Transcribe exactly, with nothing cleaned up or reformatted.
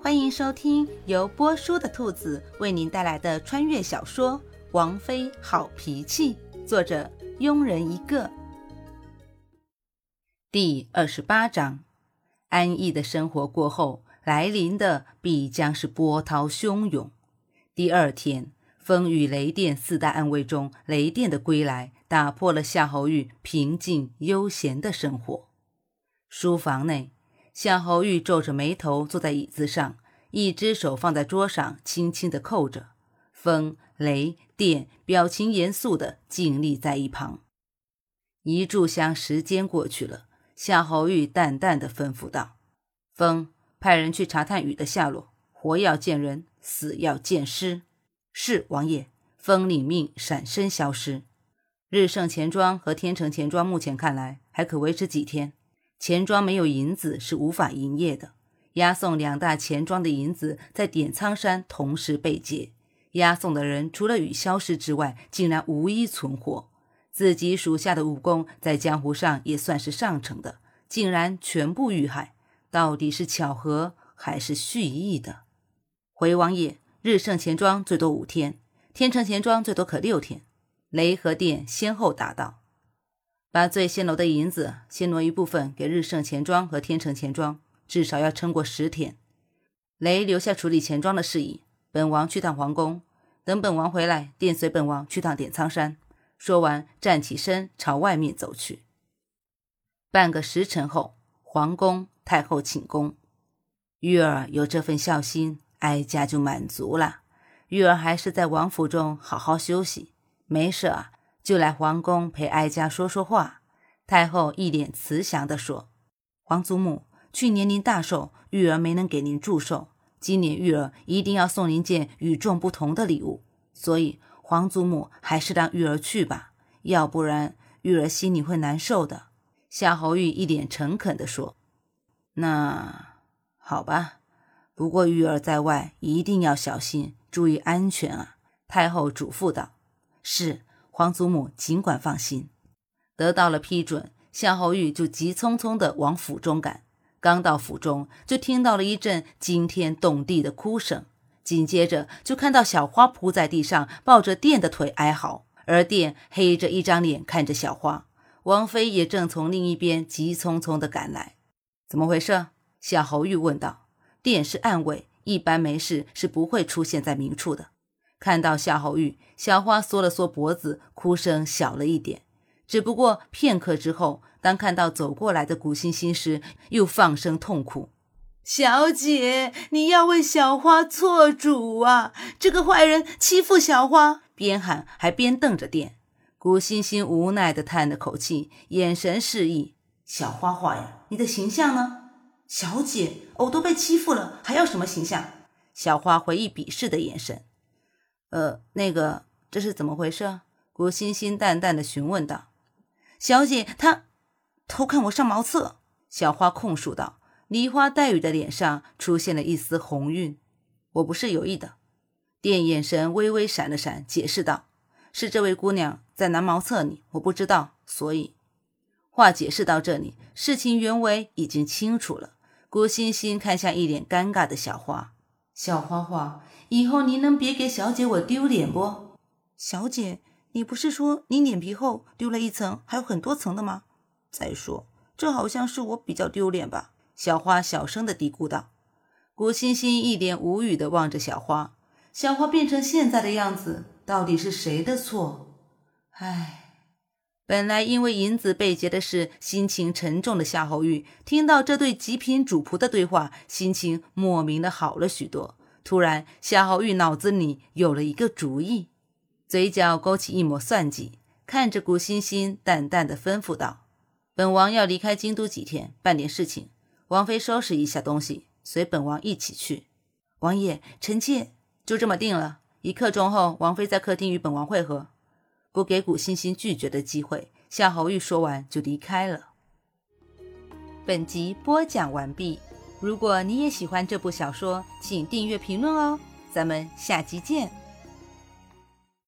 欢迎收听由波叔的兔子为您带来的穿越小说《王妃好脾气》，作者庸人一个。第二十八章，安逸的生活过后，来临的必将是波涛汹涌。第二天，风雨雷电四大暗卫中，雷电的归来打破了夏侯玉平静悠闲的生活。书房内，夏侯玉皱着眉头坐在椅子上，一只手放在桌上轻轻地扣着，风雷电表情严肃地静立在一旁。一炷香时间过去了，夏侯玉淡淡地吩咐道：风，派人去查探雨的下落，活要见人，死要见尸。是，王爷。风领命，闪身消失。日盛钱庄和天成钱庄目前看来还可维持几天，钱庄没有银子是无法营业的。押送两大钱庄的银子在点苍山同时被劫，押送的人除了雨消失之外，竟然无一存活。自己属下的武功在江湖上也算是上乘的，竟然全部遇害，到底是巧合还是蓄意的？回王爷，日盛钱庄最多五天，天成钱庄最多可六天。雷和电先后答道。把最先楼的银子先挪一部分给日盛钱庄和天成钱庄，至少要撑过十天。雷留下处理钱庄的事宜，本王去趟皇宫，等本王回来，电随本王去趟点苍山。说完，站起身朝外面走去。半个时辰后，皇宫太后寝宫。玉儿有这份孝心，哀家就满足了。玉儿还是在王府中好好休息，没事啊，就来皇宫陪哀家说说话。太后一脸慈祥地说：皇祖母，去年您大寿，玉儿没能给您祝寿，今年玉儿一定要送您件与众不同的礼物，所以皇祖母还是让玉儿去吧，要不然玉儿心里会难受的。夏侯玉一脸诚恳地说：那好吧，不过玉儿在外一定要小心，注意安全啊。太后嘱咐道。是，皇祖母尽管放心。得到了批准，夏侯玉就急匆匆地往府中赶。刚到府中，就听到了一阵惊天动地的哭声，紧接着就看到小花扑在地上，抱着电的腿哀嚎，而电黑着一张脸看着小花。王妃也正从另一边急匆匆地赶来。怎么回事？夏侯玉问道。电是暗卫，一般没事是不会出现在明处的。看到夏侯玉，小花缩了缩脖子，哭声小了一点。只不过片刻之后，当看到走过来的古欣欣时，又放声痛哭。小姐，你要为小花做主啊，这个坏人欺负小花，边喊还边瞪着电。古欣欣无奈地叹了口气，眼神示意。小花花呀，你的形象呢？小姐，我都被欺负了，还要什么形象？小花回忆鄙视的眼神。呃，那个，这是怎么回事？古欣欣淡淡地询问道。小姐，她偷看我上茅厕。小花控诉道。梨花带雨的脸上出现了一丝红晕。我不是有意的。电眼神微微闪了闪，解释道。是这位姑娘在男茅厕里，我不知道，所以。话解释到这里，事情原委已经清楚了。古欣欣看向一脸尴尬的小花。小花花，以后您能别给小姐我丢脸不？小姐，你不是说你脸皮厚，丢了一层还有很多层的吗？再说这好像是我比较丢脸吧。小花小声地嘀咕道。古欣欣一脸无语地望着小花。小花变成现在的样子，到底是谁的错？唉。本来因为银子被劫的事心情沉重的夏侯玉，听到这对极品主仆的对话，心情莫名的好了许多。突然夏侯玉脑子里有了一个主意，嘴角勾起一抹算计，看着古欣欣淡淡的吩咐道：本王要离开京都几天，办点事情，王妃收拾一下东西，随本王一起去。王爷，臣妾就这么定了，一刻钟后王妃在客厅与本王会合。不给古欣欣拒绝的机会，夏侯玉说完就离开了。本集播讲完毕，如果你也喜欢这部小说，请订阅评论哦，咱们下集见。